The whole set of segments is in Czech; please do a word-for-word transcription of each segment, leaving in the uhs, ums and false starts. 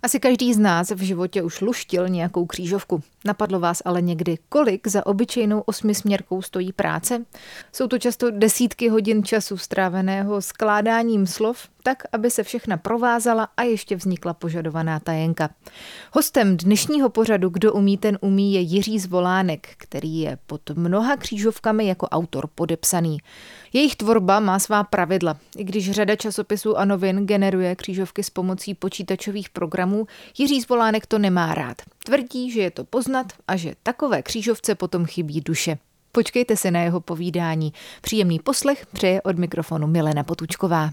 Asi každý z nás v životě už luštil nějakou křížovku. Napadlo vás ale někdy, kolik za obyčejnou osmisměrkou stojí práce? Jsou to často desítky hodin času stráveného skládáním slov, tak, aby se všechna provázala a ještě vznikla požadovaná tajenka. Hostem dnešního pořadu Kdo umí, ten umí je Jiří Zvolánek, který je pod mnoha křížovkami jako autor podepsaný. Jejich tvorba má svá pravidla. I když řada časopisů a novin generuje křížovky s pomocí počítačových programů, Jiří Zvolánek to nemá rád. Tvrdí, že je to poznat a že takové křížovce potom chybí duše. Počkejte si na jeho povídání. Příjemný poslech přeje od mikrofonu Milena Potůčková.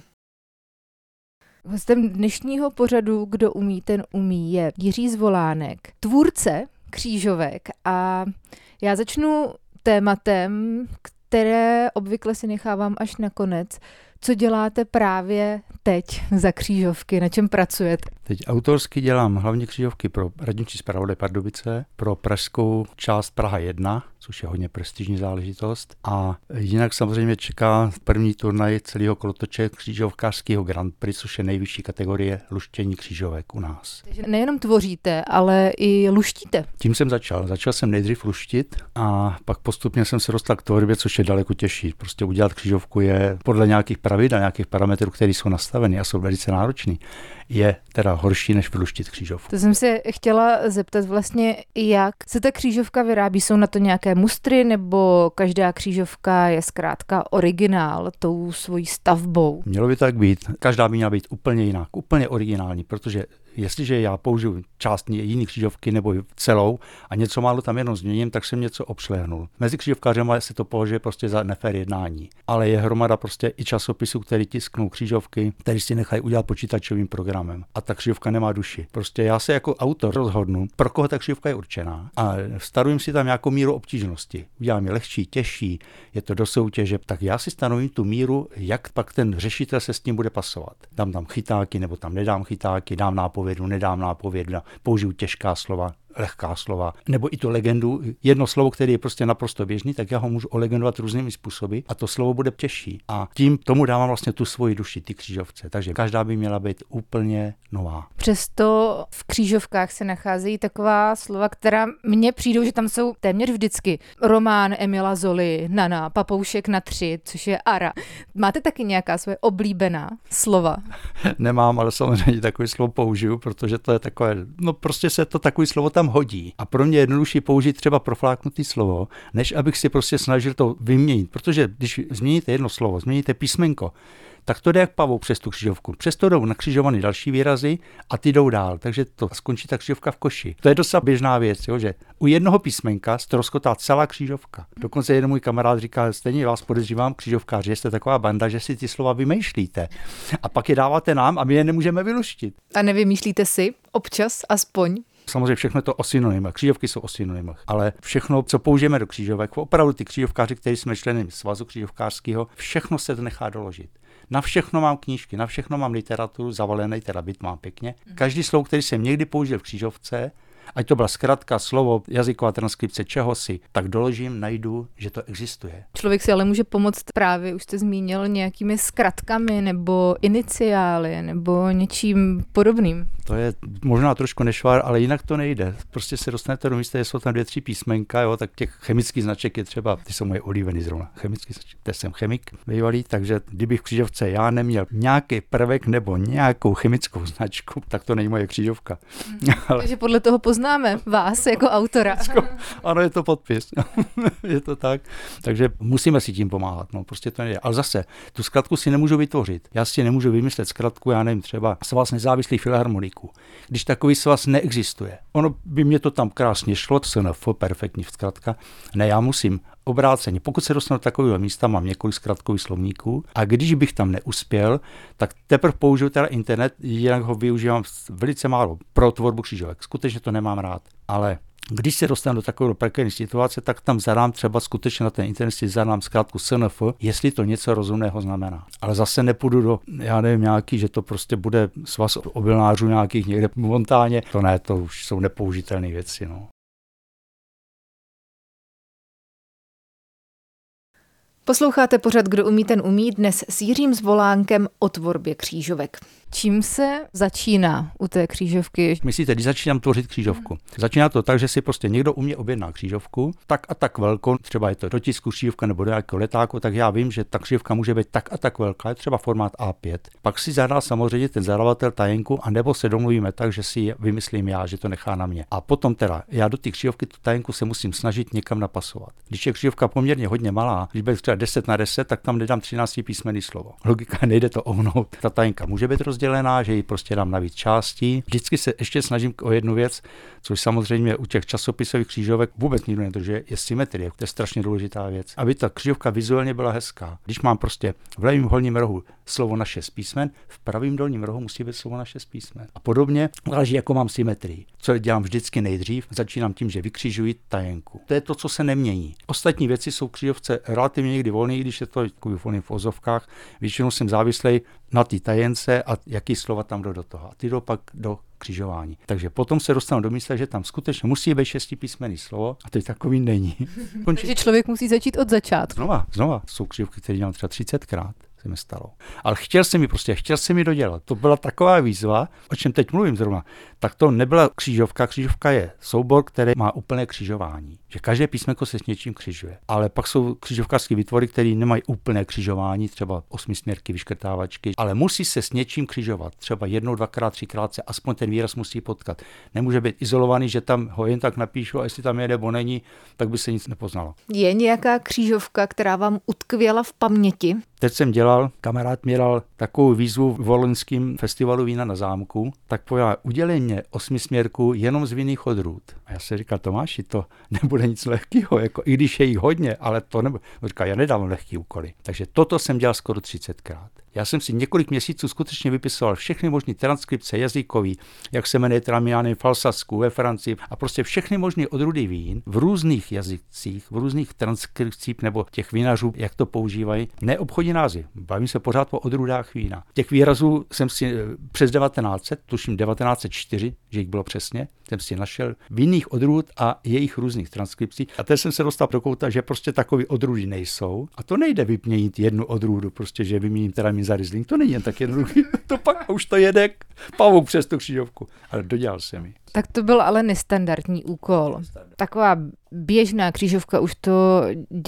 Hostem dnešního pořadu Kdo umí, ten umí je Jiří Zvolánek, tvůrce křížovek, a já začnu tématem, které obvykle si nechávám až na konec. Co děláte právě teď za křížovky? Na čem pracujete? Teď autorsky dělám hlavně křížovky pro radničí zpravodaj Pardubice, pro pražskou část Praha jedna, což je hodně prestižní záležitost. A jinak samozřejmě čeká první turnaj celého kolotoče křížovkářského Grand Prix, což je nejvyšší kategorie luštění křížovek u nás. Takže nejenom tvoříte, ale i luštíte. Tím jsem začal. Začal jsem nejdřív luštit a pak postupně jsem se dostal k tvorbě, což je daleko těžší. Prostě udělat křížovku je podle nějakých pravidel, nějakých parametrů, které jsou nastaveny a jsou velice náročný, je teda horší, než vyluštit křížovku. To jsem se chtěla zeptat vlastně, jak se ta křížovka vyrábí. Jsou na to nějaké mustry, nebo každá křížovka je zkrátka originál tou svojí stavbou? Mělo by tak být. Každá by měla být úplně jinak, úplně originální, protože jestliže já použiju část jiné křížovky nebo celou a něco málo tam jenom změním, tak jsem něco obšlehnul. Mezi křížovkářema se to považuje prostě za nefér jednání, ale je hromada prostě i časopisů, který tisknou křížovky, který si nechají udělat počítačovým programem. A ta křížovka nemá duši. Prostě já se jako autor rozhodnu, pro koho ta křížovka je určená, a stanovím si tam nějakou míru obtížnosti. Udělám je lehčí, těžší, je to do soutěže, tak já si stanovím tu míru, jak pak ten řešitel se s tím bude pasovat. Dám tam chytáky nebo tam nedám chytáky, dám nápovědu, nedám nápovědu, použiju těžká slova, lehká slova, nebo i tu legendu. Jedno slovo, které je prostě naprosto běžný, tak já ho můžu olegendovat různými způsoby a to slovo bude těžší. A tím tomu dávám vlastně tu svoji duši, ty křížovce. Takže každá by měla být úplně nová. Přesto v křížovkách se nacházejí taková slova, která mně přijdou, že tam jsou téměř vždycky. Román Emila Zoly, Nana, Papoušek na tři, což je Ara. Máte taky nějaká svoje oblíbená slova? Nemám, ale samozřejmě takový slovo použiju, protože to je takové, no prostě se to takový slovo tam hodí. A pro mě je jednodušší použít třeba profláknutý slovo, než abych si prostě snažil to vyměnit. Protože když změníte jedno slovo, změníte písmenko, tak to jde jak pavou přes tu křížovku. Přesto jdou nakřižované další výrazy a ty jdou dál, takže to skončí ta křížovka v koši. To je docela běžná věc, jo, že u jednoho písmenka ztroskotá celá křížovka. Dokonce jeden můj kamarád říká, stejně vás podezřívám, křížovkáři, jste taková banda, že si ty slova vymýšlíte. A pak je dáváte nám a my je nemůžeme vyluštit. A nevymýšlíte si občas aspoň? Samozřejmě všechno je to o synonymech, křížovky jsou o synonymech, ale všechno, co použijeme do křížovek, opravdu ty křížovkáři, kteří jsme členy svazu křížovkářského, všechno se to nechá doložit. Na všechno mám knížky, na všechno mám literaturu, zavalený teda byt mám pěkně. Každý slovo, který jsem někdy použil v křížovce, ať to byla zkratka, slovo, jazyková transkripce čehosi, tak doložím, najdu, že to existuje. Člověk si ale může pomoct právě, už jste zmínil, nějakými zkratkami nebo iniciály nebo něčím podobným. To je možná trošku nešvar, ale jinak to nejde. Prostě se dostanete do místa, jsou tam dvě, tři písmenka, jo, tak těch chemických značek je třeba, ty jsou moje oblíbený zrovna, chemický značek, to jsem chemik bývalý, takže kdybych v křížovce já neměl nějaký prvek nebo nějakou chemickou značku, tak to není moje křížovka. Hmm. ale... Takže podle toho poznáme vás jako autora. Ano, je to podpis. Je to tak. Takže musíme si tím pomáhat. No, prostě to nejde. Ale zase, tu zkratku si nemůžu vytvořit. Já si nemůžu vymyslet zkratku, já nevím, třeba svaz nezávislých filharmoniků. Když takový svaz neexistuje. Ono by mě to tam krásně šlo, S N F, perfektní zkratka. Ne, já musím obráceně. Pokud se dostanu do takového místa, mám několik zkratkových slovníků a když bych tam neuspěl, tak teprve použiju teda internet, jinak ho využívám velice málo pro tvorbu křížovek. Skutečně to nemám rád, ale když se dostanu do takové prekérní situace, tak tam zadám třeba skutečně na ten internet si zadám zkrátku S N F, jestli to něco rozumného znamená. Ale zase nepůjdu do, já nevím, nějaký, že to prostě bude svaz obilnářů nějakých někde v Montáně. To ne, to už jsou nepoužitelné věci, no. Posloucháte pořad Kdo umí, ten umí, dnes s Jiřím Zvolánkem o tvorbě křížovek. Čím se začíná u té křížovky? Myslíte, když začínám tvořit křížovku? Začíná to tak, že si prostě někdo u mě objedná křížovku, tak a tak velkou, třeba je to do tisku křížovka nebo do nějakého letáku, tak já vím, že ta křížovka může být tak a tak velká, je třeba formát á pět. Pak si zadá samozřejmě ten zadavatel tajenku, anebo se domluvíme tak, že si vymyslím já, že to nechá na mě. A potom teda já do té křížovky tu tajenku se musím snažit někam napasovat. Když je křížovka poměrně hodně malá, když bude třeba deset na deset, tak tam nedám třináct písmenný slovo. Logika, nejde to ohnout. Ta tajenka může být rozdělená, že ji prostě dám na víc částí. Vždycky se ještě snažím o jednu věc, což samozřejmě u těch časopisových křížovek vůbec nikdo nedrží, je symetrie. To je strašně důležitá věc. Aby ta křížovka vizuálně byla hezká. Když mám prostě v levém horním rohu slovo na šest písmen, v pravém dolním rohu musí být slovo na šest písmen. A podobně záleží, jako mám symetrii. Co dělám vždycky nejdřív, začínám tím, že vykřižuji tajenku. To je to, co se nemění. Ostatní věci jsou v křížovce relativně někdy volné, když je to volný v ozovkách. Většinou jsem závislý na té tajence a jaký slova tam jdou do toho. A ty jdou pak do křižování. Takže potom se dostanu do mysle, že tam skutečně musí být šestipísmenný slovo a teď takový není. Končí... Takže člověk musí začít od začátku. Znova, znova. Jsou křižovky, které dělám třeba třicetkrát. Se mi stalo. Ale chtěl jsem mi prostě, chtěl jsem mi dodělat. To byla taková výzva, o čem teď mluvím zrovna. Tak to nebyla křížovka. Křížovka je soubor, který má úplné křižování. Že každé písmenko se s něčím křižuje. Ale pak jsou křížovkářské výtvory, které nemají úplné křižování, třeba osmisměrky, vyškrtávačky, ale musí se s něčím křižovat. Třeba jednou, dvakrát, třikrát se aspoň ten výraz musí potkat. Nemůže být izolovaný, že tam ho jen tak napíšu a jestli tam je nebo není, tak by se nic nepoznalo. Je nějaká křížovka, která vám utkvěla v paměti? Teď jsem dělal, kamarád mě dal takovou výzvu v Volenském festivalu vína na zámku, tak povedal, udělej mě osmisměrku jenom z vinných odrůd. A já jsem říkal, Tomáši, to nebude nic lehkého, jako, i když je jich hodně, ale to nebude. On říkal, já nedávám lehký úkoly. Takže toto jsem dělal skoro třicetkrát. Já jsem si několik měsíců skutečně vypisoval všechny možné transkripce jazykový, jak se jmenuje Tramiany v Alsasku, ve Francii a prostě všechny možné odrůdy vín v různých jazycích, v různých transkripcích nebo těch vinařů, jak to používají, neobchodní názvy. Bavím se pořád o odrůdách vína. Těch výrazů jsem si přes devatenáct set, tuším devatenáct set čtyři, že jich bylo přesně, jsem si našel vinných odrůd a jejich různých transkripcí. A teď jsem se dostal do kouta, že prostě takový odrůdy nejsou. A to nejde vyměnit jednu odrůdu, prostě, že vyměním Tramin za Riesling. To není jen tak jednoduchý. To pak už to jede pavouk přes tu křížovku. Ale dodělal jsem ji. Tak to byl ale nestandardní úkol. Taková běžná křížovka, už to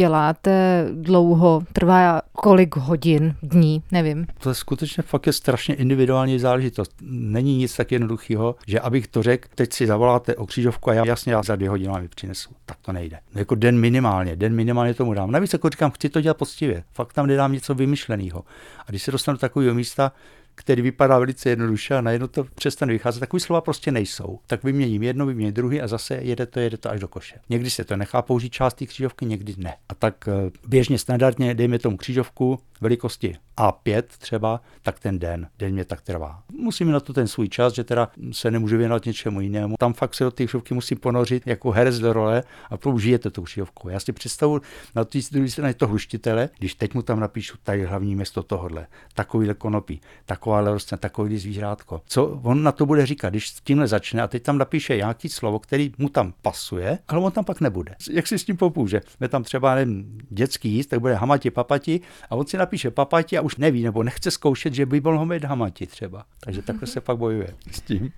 děláte dlouho, trvá kolik hodin, dní, nevím. To je skutečně fakt je strašně individuální záležitost. Není nic tak jednoduchého, že abych to řekl, teď si zavoláte o křížovku a já jasně já za dvě hodiny vám ji přinesu. Tak to nejde. Jako den minimálně, den minimálně tomu dám. Navíc jako říkám, chci to dělat poctivě. Fakt tam nedám něco vymyšleného. A když se dostanu do takového místa, který vypadá velice jednoduše a najednou to přestane vycházet. Takový slova prostě nejsou. Tak vyměním jedno, vyměním druhý a zase jede to, jede to až do koše. Někdy se to nechá použít část té křížovky, někdy ne. A tak běžně standardně dejme tomu křížovku velikosti á pět třeba, tak ten den, den mě tak trvá. Musím na to ten svůj čas, že teda se nemůžu věnovat něčemu jinému. Tam fakt se do té křížovky musím ponořit jako herec do role a použijete tu křížovku. Já si představuji na té druhé straně toho hluštitele, když teď mu tam napíšu tady hlavní město tohodle, takovýhle konopí, takováhle rostlina, takový zvířátko. Co on na to bude říkat, když s tímhle začne a teď tam napíše nějaký slovo, který mu tam pasuje, ale on tam pak nebude. Jak si s tím popůže? Je tam třeba nevím, dětský jíst, tak bude hamati papati a on si napíše papati a už neví nebo nechce zkoušet, že by mohl mít hamati třeba. Takže takhle se pak bojuje s tím.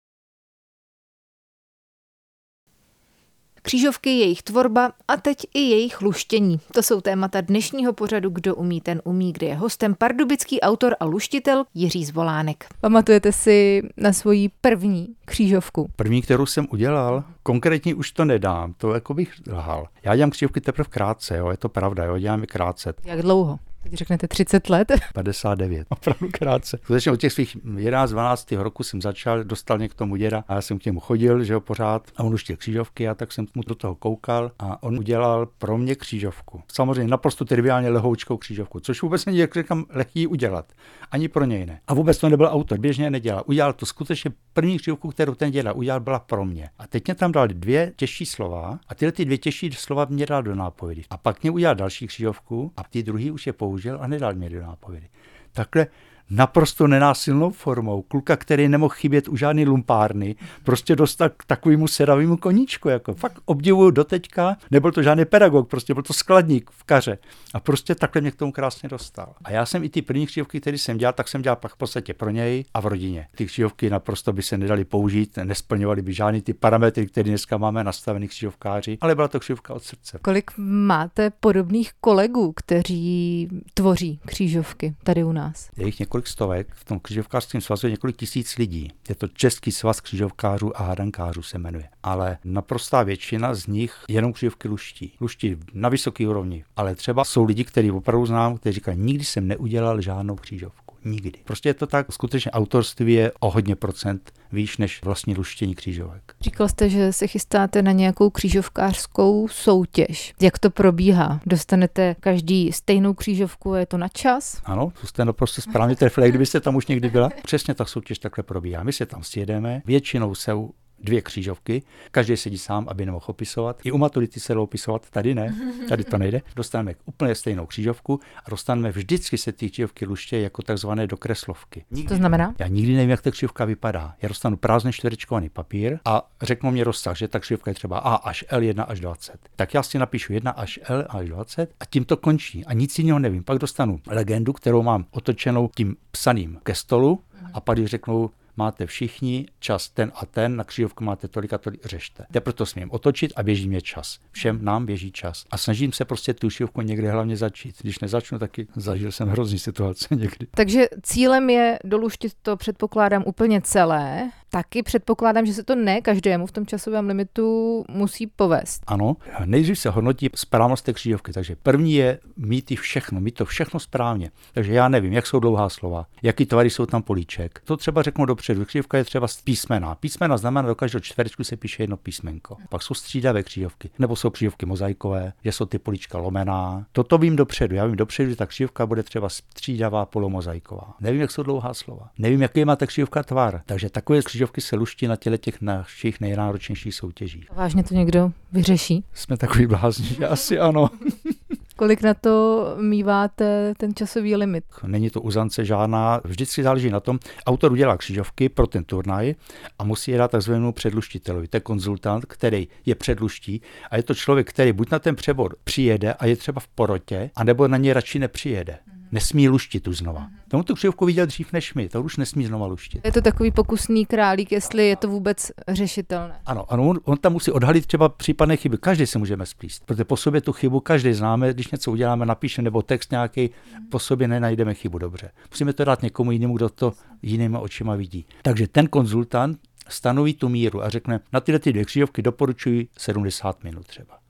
Křížovky, jejich tvorba a teď i jejich luštění. To jsou témata dnešního pořadu Kdo umí, ten umí, kde je hostem pardubický autor a luštitel Jiří Zvolánek. Pamatujete si na svoji první křížovku? První, kterou jsem udělal, konkrétně už to nedám, to jako bych lhal. Já dělám křížovky teprve krátce, jo, je to pravda, jo, dělám je krátce. Jak dlouho? Teď řeknete třicet let? padesát devět, opravdu krátce. Skutečně od těch svých jedenáct dvanáct roku jsem začal, dostal mě k tomu děda a já jsem k němu chodil, že jo, pořád a on už těch křížovky a tak jsem mu do toho koukal a on udělal pro mě křížovku. Samozřejmě naprosto triviálně lehoučkou křížovku, což vůbec není, jak říkám, lehký udělat. Ani pro něj ne. A vůbec to nebyl autor, běžně nedělal. Udělal to skutečně první křížovku, kterou ten děda udělal, byla pro mě. A teď mě tam dal dvě těžší slova a tyhle ty dvě těžší slova mě dal do nápovědy. A pak mě udělal další křížovku a ty druhý už je použil a nedal mě do nápovědy. Takhle naprosto nenásilnou formou. Kluka, který nemohl chybět u žádný lumpárny, prostě dostal k takovému sedavému koníčku. Jako. Fakt obdivuju doteďka, nebyl to žádný pedagog, prostě byl to skladník v kaře. A prostě takhle mě k tomu krásně dostal. A já jsem i ty první křivky, které jsem dělal, tak jsem dělal pak v podstatě pro něj a v rodině. Ty křivky naprosto by se nedaly použít, nesplňovaly by žádný ty parametry, které dneska máme nastavený křivovkáři, ale byla to křivka od srdce. Kolik máte podobných kolegů, kteří tvoří křížovky tady u nás? Je jich několik stovek, v tom křižovkářském svazu je několik tisíc lidí. Je to Český svaz křižovkářů a hádankářů se jmenuje. Ale naprostá většina z nich jenom křižovky luští. Luští na vysoké úrovni. Ale třeba jsou lidi, kteří opravdu znám, kteří říkají, nikdy jsem neudělal žádnou křížovku. Nikdy. Prostě je to tak, skutečně autorství je o hodně procent výš než vlastní luštění křížovek. Říkal jste, že se chystáte na nějakou křížovkářskou soutěž. Jak to probíhá? Dostanete každý stejnou křížovku, je to na čas? Ano, to jste naprosto správně trefili, kdybyste tam už někdy byla. Přesně ta soutěž takhle probíhá. My se tam sjedeme, většinou jsou dvě křížovky, každý sedí sám, aby nemohl opisovat. I u maturity se dá opisovat, tady ne, tady to nejde. Dostaneme úplně stejnou křížovku a dostaneme vždycky se ty křížovky luště jako takzvané dokreslovky. Nikdy, to znamená? Já nikdy nevím, jak ta křížovka vypadá. Já dostanu prázdný čtverečkovaný papír a řeknu mě rozsah, že ta křížovka je třeba A až L jedna až dvacet. Tak já si napíšu jedna až L až dvacet a tím to končí a nic jiného nevím. Pak dostanu legendu, kterou mám otočenou tím psaným ke stolu a pak když řeknou, máte všichni čas ten a ten, na křížovku máte tolik a tolik, řešte. Teprve to smím otočit a běží mě čas. Všem nám běží čas. A snažím se prostě tu křížovku někdy hlavně začít. Když nezačnu, taky zažil jsem hrozný situace někdy. Takže cílem je doluštit to, předpokládám, úplně celé. Taky předpokládám, že se to ne každému v tom časovém limitu musí povést. Ano, nejdřív se hodnotí správnost té křížovky, takže první je mít všechno, mít to všechno správně. Takže já nevím, jak jsou dlouhá slova, jaký tvary jsou tam políček. To třeba řeknu dopředu. Křížovka je třeba písmena. Písmena znamená, do každého čtverečku se píše jedno písmenko. Pak jsou střídavé křížovky, nebo jsou křížovky mozaikové, že jsou ty políčka lomená. Toto vím dopředu. Já vím dopředu, že ta křížovka bude třeba střídavá polomozaiková. Nevím, jak jsou dlouhá slova. Nevím, jaký má ta křížovka tvar. Takže takové křížovky se luští na těle těch našich nejnáročnějších soutěžích. Vážně to někdo vyřeší? Jsme takový blázni, že asi ano. Kolik na to míváte ten časový limit? Není to uzance žádná, vždycky záleží na tom. Autor udělá křížovky pro ten turnaj a musí je dát takzvanému předluštitelovi. To je konzultant, který je předluští a je to člověk, který buď na ten přebor přijede a je třeba v porotě, anebo na něj radši nepřijede. Nesmí luštit už znova. Tomu tu křivku viděl dřív než my, to už nesmí znova luštit. Je to takový pokusný králík, jestli je to vůbec řešitelné. Ano, ano on, on tam musí odhalit třeba případné chyby. Každý se můžeme splíst, protože po sobě tu chybu každý známe, když něco uděláme, napíšeme nebo text nějaký, po sobě nenajdeme chybu dobře. Musíme to dát někomu jinému, kdo to jinýma očima vidí. Takže ten konzultant stanoví tu míru a řekne, na tyhle ty dvě křivky doporučuji sedmdesát minut třeba.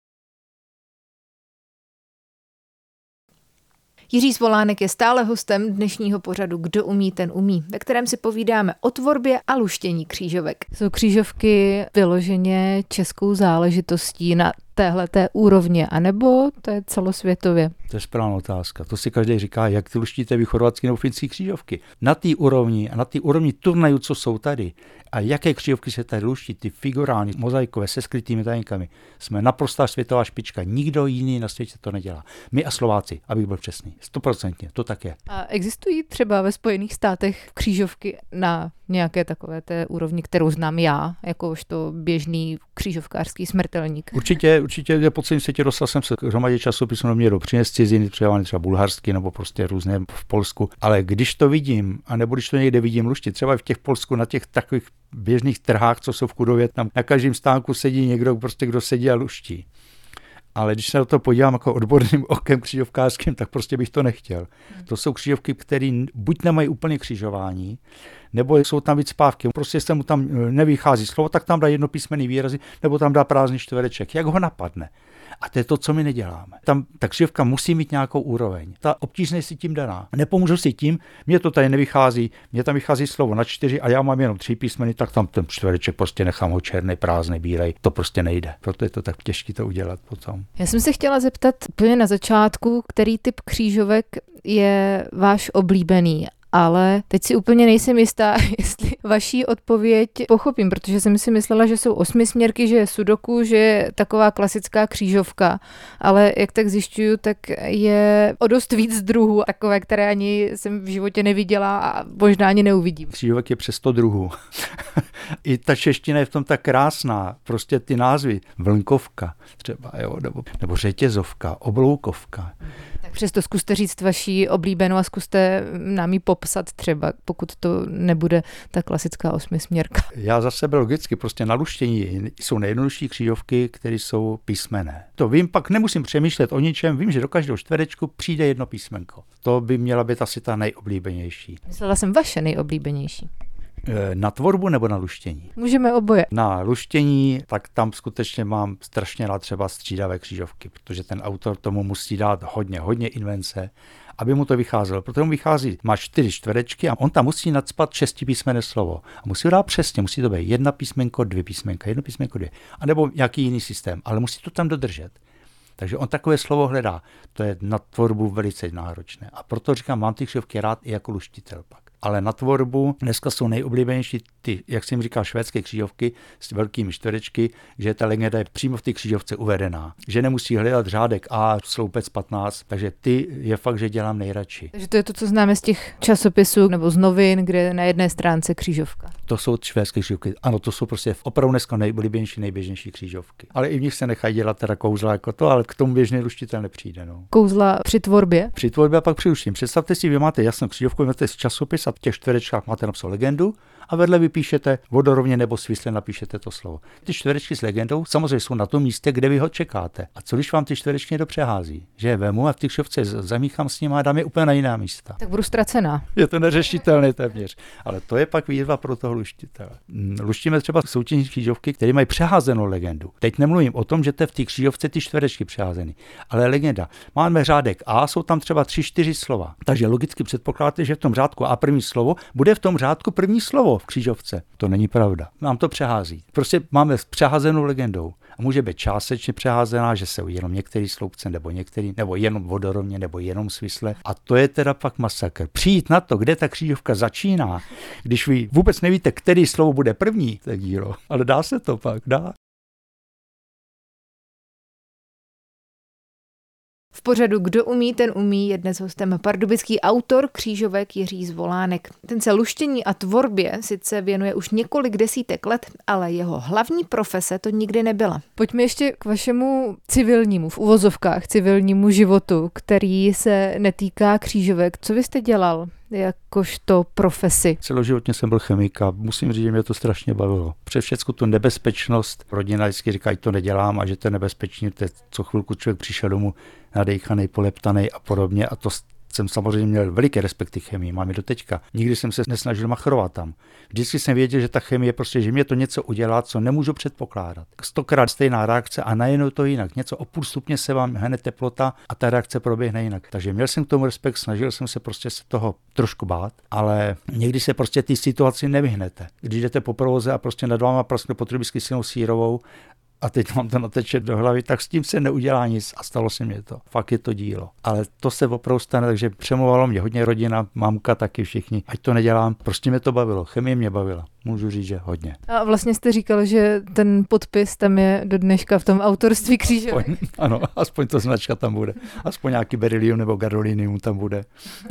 Jiří Svolánek je stále hostem dnešního pořadu Kdo umí, ten umí, ve kterém si povídáme o tvorbě a luštění křížovek. Jsou křížovky vyloženě českou záležitostí na téhleté úrovně, anebo to je celosvětově? To je správná otázka. To si každý říká, jak ty luštíte vy chorvatský nebo finský křížovky. Na té úrovni a na té úrovni turnajů, co jsou tady, a jaké křížovky se tady luští, ty figurální, mozaikové, se skrytými tajinkami, jsme naprostá světová špička. Nikdo jiný na světě to nedělá. My a Slováci, abych byl přesný. Stoprocentně, to tak je. A existují třeba ve Spojených státech křížovky na nějaké takové té úrovni, kterou znám já, jakožto běžný křížovkářský smrtelník? Určitě, určitě po celém světě dostal jsem se k hromadě časopisů, no mě do přines ciziny, třeba, třeba bulharsky nebo prostě různé v Polsku, ale když to vidím, anebo když to někde vidím luštit, třeba v těch Polsku na těch takových běžných trhách, co jsou v Kudově, tam na každém stánku sedí někdo, prostě kdo sedí a luští. Ale když se na to podívám jako odborným okem křížovkářským, tak prostě bych to nechtěl. To jsou křížovky, které buď nemají úplně křižování, nebo jsou tam víc spávky. Prostě se mu tam nevychází slovo, tak tam dá jednopísmenný výrazy, nebo tam dá prázdný čtvereček. Jak ho napadne? A to je to, co my neděláme. Tam ta křivka musí mít nějakou úroveň. Ta obtížnost si tím daná. Nepomůžu si tím, mně to tady nevychází, mně tam vychází slovo na čtyři a já mám jenom tři písmeny, tak tam ten čtvereček prostě nechám ho černý, prázdný, bílej. To prostě nejde. Proto je to tak těžké to udělat potom. Já jsem se chtěla zeptat úplně na začátku, který typ křížovek je váš oblíbený. ale teď si úplně nejsem jistá, jestli vaší odpověď pochopím, protože jsem si myslela, že jsou osmisměrky, že je sudoku, že je taková klasická křížovka, ale jak tak zjišťuju, tak je o dost víc druhů, takové, které ani jsem v životě neviděla a možná ani neuvidím. Křížovek je přes sto druhů. I ta čeština je v tom tak krásná, prostě ty názvy, vlnkovka třeba, jo, nebo, nebo řetězovka, obloukovka. Tak přesto zkuste říct vaší oblíbenou a zkuste nám ji popsat třeba, pokud to nebude ta klasická osmisměrka. Já za sebe logicky, prostě na luštění jsou nejjednodušší křížovky, které jsou písmenné. To vím, pak nemusím přemýšlet o ničem, vím, že do každého čtverečku přijde jedno písmenko. To by měla být asi ta nejoblíbenější. Myslela jsem vaše nejoblíbenější. Na tvorbu nebo na luštění? Můžeme oboje. Na luštění, tak tam skutečně mám strašně rád třeba střídavé křížovky, protože ten autor tomu musí dát hodně, hodně invence, aby mu to vycházelo. Protože mu vychází, má čtyři čtverečky a on tam musí nacpat šestipísmenné slovo. A musí ho dát přesně, musí to být jedna písmenko, dvě písmenka, jedno písmenko, dvě. A nebo nějaký jiný systém, ale musí to tam dodržet. Takže on takové slovo hledá. To je na tvorbu velice náročné. A proto říkám, mám ty křížovky rád i jako luštitel pak. Ale na tvorbu dneska jsou nejoblíbenější ty, jak jsem říkal, švédské křížovky s velkými čtverečky, že ta legenda je přímo v té křížovce uvedená. Že nemusí hledat řádek A, sloupec patnáct, takže ty je fakt, že dělám nejradši. Takže to je to, co známe z těch časopisů nebo z novin, kde na jedné stránce křížovka. To jsou švédské křížovky. Ano, to jsou prostě opravdu dneska nejoblíbenější, nejběžnější křížovky. Ale i v nich se nechají dělat teda kouzla jako to, ale k tomu běžný luštitel nepřijde. No. Kouzla při tvorbě? Při tvorbě a pak při luštění. Představte si, vy máte jasnou křížovku, máte časopis a v těch čtverečkách máte napsanou legendu a vedle vypíšete vodorovně nebo svisle napíšete to slovo. Ty čtverečky s legendou samozřejmě jsou na tom místě, kde vy ho čekáte. A co když vám ty čtverečky někdo přehází? Že je vemu a v těch křížovce zamíchám s nimi a dám je úplně na jiná místa. Tak budu ztracená. Je to neřešitelné téměř. Ale to je pak výzva pro toho luštitele. Luštíme třeba soutěžní křížovky, které mají přeházenou legendu. Teď nemluvím o tom, že to je v té křížovce ty čtverečky přeházeny, ale legenda. Máme řádek A, jsou tam třeba tři, čtyři slova. Takže logicky předpokládáte, že v tom řádku A první slovo bude v tom řádku první slovo v křížovce. To není pravda. Nám to přehází. Prostě máme s přeházenou legendou. A může být částečně přeházená, že jsou jenom některý sloupce nebo některý, nebo jenom vodorovně, nebo jenom svisle. A to je teda pak masakr. Přijít na to, kde ta křížovka začíná, když vy vůbec nevíte, který slovo bude první, tak dílo. Ale dá se to pak, dá. V pořadu Kdo umí, ten umí je dnes hostem pardubický autor křížovek Jiří Zvolánek. Ten se luštění a tvorbě sice věnuje už několik desítek let, ale jeho hlavní profese to nikdy nebyla. Pojďme ještě k vašemu civilnímu, v uvozovkách civilnímu životu, který se netýká křížovek. Co vy jste dělal jakožto profesi? Celoživotně jsem byl chemik a musím říct, že mě to strašně bavilo. Přes všechno tu nebezpečnost, rodina vždycky říká, že to nedělám a že to je nebezpečný, to je, co chvilku člověk přišel domů nadejchanej, poleptanej a podobně a to jsem samozřejmě měl veliký respekt k chemii, mám je do teďka. Nikdy jsem se nesnažil machrovat tam. Vždycky jsem věděl, že ta chemie prostě, že mě to něco udělá, co nemůžu předpokládat. Stokrát stejná reakce a najednou to jinak. Něco o půl stupně se vám hne teplota a ta reakce proběhne jinak. Takže měl jsem k tomu respekt, snažil jsem se prostě se toho trošku bát, ale někdy se prostě ty situaci nevyhnete. Když jdete po provoze a prostě nad váma praskne potrubí s kyselou sírovou, a teď vám to nateče do hlavy, tak s tím se neudělá nic a stalo se mě to. Fakt je to dílo. Ale to se opravdu stane, takže přemluvalo mě hodně rodina, mamka taky všichni. Ať to nedělám, prostě mě to bavilo, chemie mě bavila. Můžu říct, že hodně. A vlastně jste říkal, že ten podpis tam je do dneška v tom autorství křížovek. Ano, aspoň to značka tam bude. Aspoň nějaký berylium nebo gadolinium tam bude.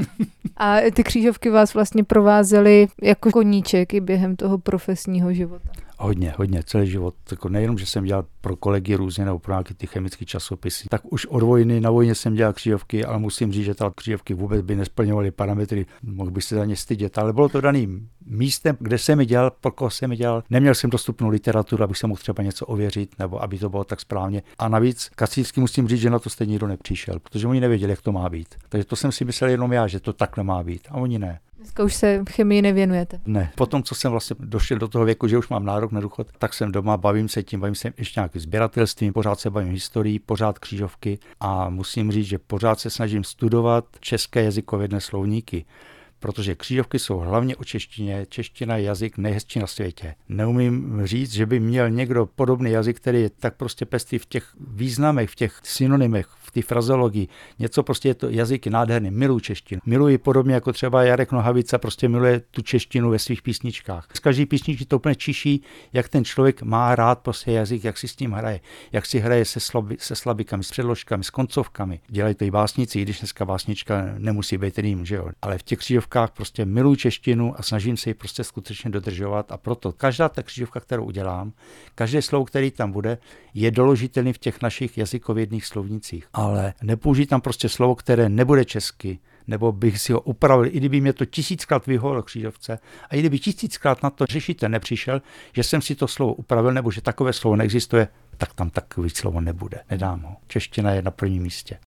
A ty křížovky vás vlastně provázely jako koníček i během toho profesního života. Hodně, hodně, celý život. Tako nejenom, že jsem dělal pro kolegy různě nebo pro nějaké ty chemické časopisy, tak už od vojny, na vojně jsem dělal křížovky, ale musím říct, že ta křížovky vůbec by nesplňovaly parametry, mohl bych se za ně stydět, ale bylo to daným místem, kde jsem je dělal, pro koho jsem je dělal. Neměl jsem dostupnou literaturu, abych se mohl třeba něco ověřit, nebo aby to bylo tak správně. A navíc kacířsky musím říct, že na to stejně nikdo nepřišel, protože oni nevěděli, jak to má být. Takže to jsem si myslel jenom já, že to takhle má být, a oni ne. Dneska už se chemii nevěnujete. Ne. Potom, co jsem vlastně došel do toho věku, že už mám nárok na důchod, tak jsem doma, bavím se tím, bavím se ještě nějakým sběratelstvím, pořád se bavím historií, pořád křížovky a musím říct, že pořád se snažím studovat české jazykovědné slovníky. protože křížovky jsou hlavně o češtině. Čeština je jazyk nejhezčí na světě. Neumím říct, že by měl někdo podobný jazyk, který je tak prostě pestý v těch významech, v těch synonymech, v té frazeologii. Něco prostě je to jazyk je nádherný. Miluji češtinu. Miluji podobně jako třeba Jarek Nohavica prostě miluje tu češtinu ve svých písničkách. Z každý písničky to úplně čiší, jak ten člověk má rád prostě jazyk, jak si s tím hraje, jak si hraje se, slabi, se slabikami, s předložkami, s koncovkami. Dělají to i básníci, i když dneska básnička nemusí být rým, že jo. Ale v těch křížovkách prostě miluji češtinu a snažím se ji prostě skutečně dodržovat a proto každá ta křížovka, kterou udělám, každé slovo, který tam bude, je doložitelný v těch našich jazykovědných slovnicích. Ale nepoužij tam prostě slovo, které nebude česky, nebo bych si ho upravil, i kdyby mě to tisíckrát vyhovalo křížovce a i kdyby tisíckrát na to řešitel nepřišel, že jsem si to slovo upravil, nebo že takové slovo neexistuje, tak tam takový slovo nebude. Nedám ho. Čeština je na prvním místě.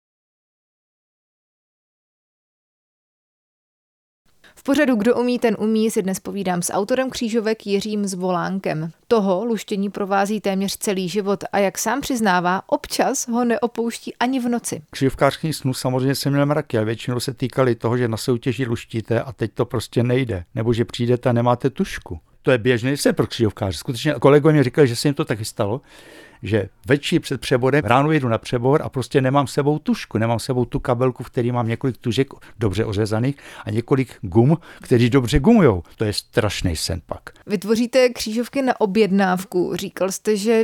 V pořadu Kdo umí, ten umí si dnes povídám s autorem křížovek Jiřím Zvolánkem. Toho luštění provází téměř celý život a jak sám přiznává, občas ho neopouští ani v noci. Křížovkářských snů samozřejmě jsem měl mraky, ale většinou se týkaly toho, že na soutěži luštíte a teď to prostě nejde, nebo že přijdete a nemáte tušku. To je běžný se pro křížovkáře. Skutečně kolegové mi říkali, že se jim to taky stalo, že večer před přeborem ráno jedu na přebor a prostě nemám s sebou tušku, nemám s sebou tu kabelku, v který mám několik tužek dobře ořezaných a několik gum, kteří dobře gumujou. To je strašný sen pak. Vytvoříte křížovky na objednávku. Říkal jste, že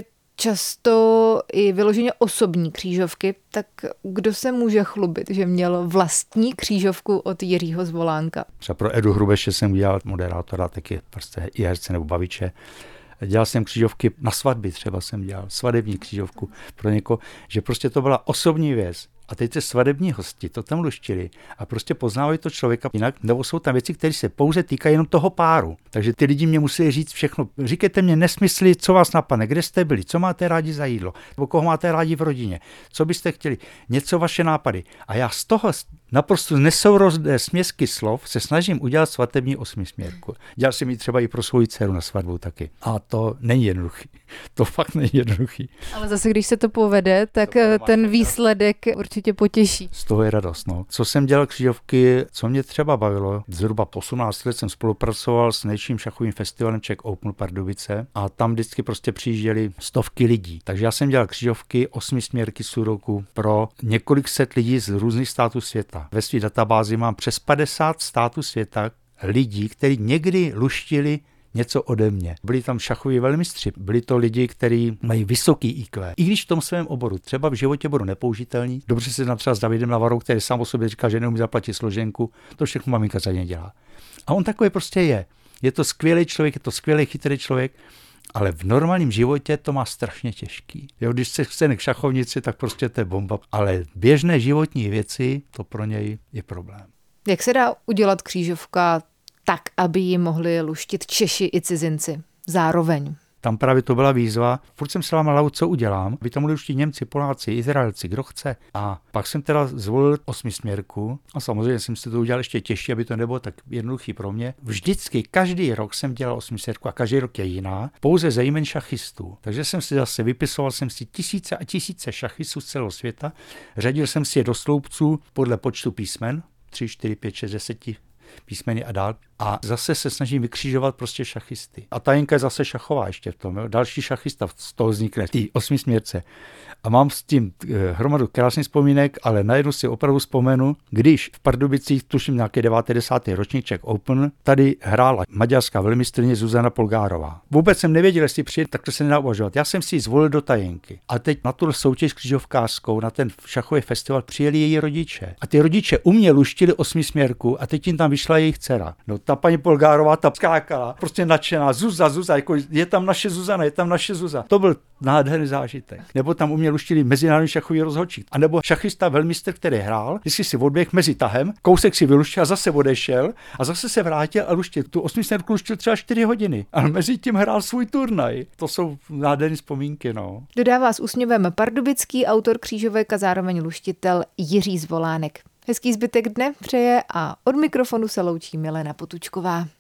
často i vyloženě osobní křížovky, tak kdo se může chlubit, že měl vlastní křížovku od Jiřího Zvolánka? Třeba pro Edu Hrubeše jsem udělal moderátora, taky prostě i herce nebo baviče. Dělal jsem křížovky na svatby, třeba jsem dělal svatební křížovku pro někoho, že prostě to byla osobní věc. A teď se svadební hosti to tam luštili a prostě poznávají to člověka jinak, nebo jsou tam věci, které se pouze týkají jenom toho páru. Takže ty lidi mě musí říct všechno. Říkejte mě nesmysly, co vás napadne, kde jste byli, co máte rádi za jídlo, nebo koho máte rádi v rodině, co byste chtěli, něco vaše nápady. A já z toho naprosto nesourodé směsky slov se snažím udělat svatební osmisměrku. Dělal jsem ji třeba i pro svou dceru na svatbu taky. A to není jednoduchý. To fakt není jednoduchý. Ale zase, když se to povede, tak to ten výsledek určitě potěší. Z toho je radost. No. Co jsem dělal křížovky, co mě třeba bavilo, zhruba osmnáct let jsem spolupracoval s největším šachovým festivalem Czech Open Pardubice a tam vždycky prostě přijížděli stovky lidí. Takže já jsem dělal křížovky, osmisměrky sudoku pro několik set lidí z různých států světa. Ve své databázi mám přes padesát států světa lidí, kteří někdy luštili něco ode mě. Byli tam šachoví velmistři, byli to lidi, kteří mají vysoký í kvé. I když v tom svém oboru třeba v životě budou nepoužitelní, dobře se znám třeba s Davidem Lavarou, který sám o sobě říká, že neumí zaplatit složenku, to všechno maminka za ně dělá. A on takový prostě je. Je to skvělý člověk, je to skvělý chytrý člověk, ale v normálním životě to má strašně těžký. Jo, když se chce k šachovnici, tak prostě to je bomba. Ale běžné životní věci, to pro něj je problém. Jak se dá udělat křížovka tak, aby ji mohli luštit Češi i cizinci zároveň? Tam právě to byla výzva. Furt jsem se lámal hlavu, co udělám. By tam mohli luštit Němci, Poláci, Izraelci, kdo chce. A pak jsem teda zvolil osmisměrku a samozřejmě jsem si to udělal ještě těžší, aby to nebylo tak jednoduchý pro mě. Vždycky, každý rok jsem dělal osmisměrku a každý rok je jiná, pouze ze jmen šachistů. Takže jsem si zase vypisoval jsem si tisíce a tisíce šachistů z celého světa, řadil jsem si je do sloupců podle počtu písmen, tři, čtyři, pět, šest, deset písmeny a dál. A zase se snažím vykřižovat prostě šachisty. A tajenka je zase šachová ještě v tom. Jo. Další šachista z toho vznikne, v té osmisměrce. A mám s tím eh, hromadu krásných vzpomínek, ale najednou si opravdu vzpomenu, když v Pardubicích, tuším nějaký devátý desátý ročník Czech Open, tady hrála maďarská velmistryně Zuzana Polgárová. Vůbec jsem nevěděl, jestli přijde, tak to se nedá uvažovat. Já jsem si ji zvolil do tajenky. A teď na tu soutěž křížovkářskou, na ten šachový festival přijeli její rodiče. A ty rodiče u mě luštili osmisměrku a teď jim tam vyšla jejich dcera. No ta paní Polgárová ta skákala, prostě nadšená, Zuza, Zuza, jako je tam naše Zuzana, je tam naše Zuza. To byl nádherný zážitek. Nebo tam u mě luštili mezinárodní šachový rozhodčí. A nebo šachista velmistr, který hrál, vždycky si odběh mezi tahem, kousek si vyluštil a zase odešel a zase se vrátil a luštil. Tu osmisměrku luštil třeba čtyři hodiny. Ale mezi tím hrál svůj turnaj. To jsou nádherné vzpomínky, no. Dodává s úsměvem pardubický autor křížovek a zároveň luštitel Jiří Zvolánek. Hezký zbytek dne přeje a od mikrofonu se loučí Milena Potůčková.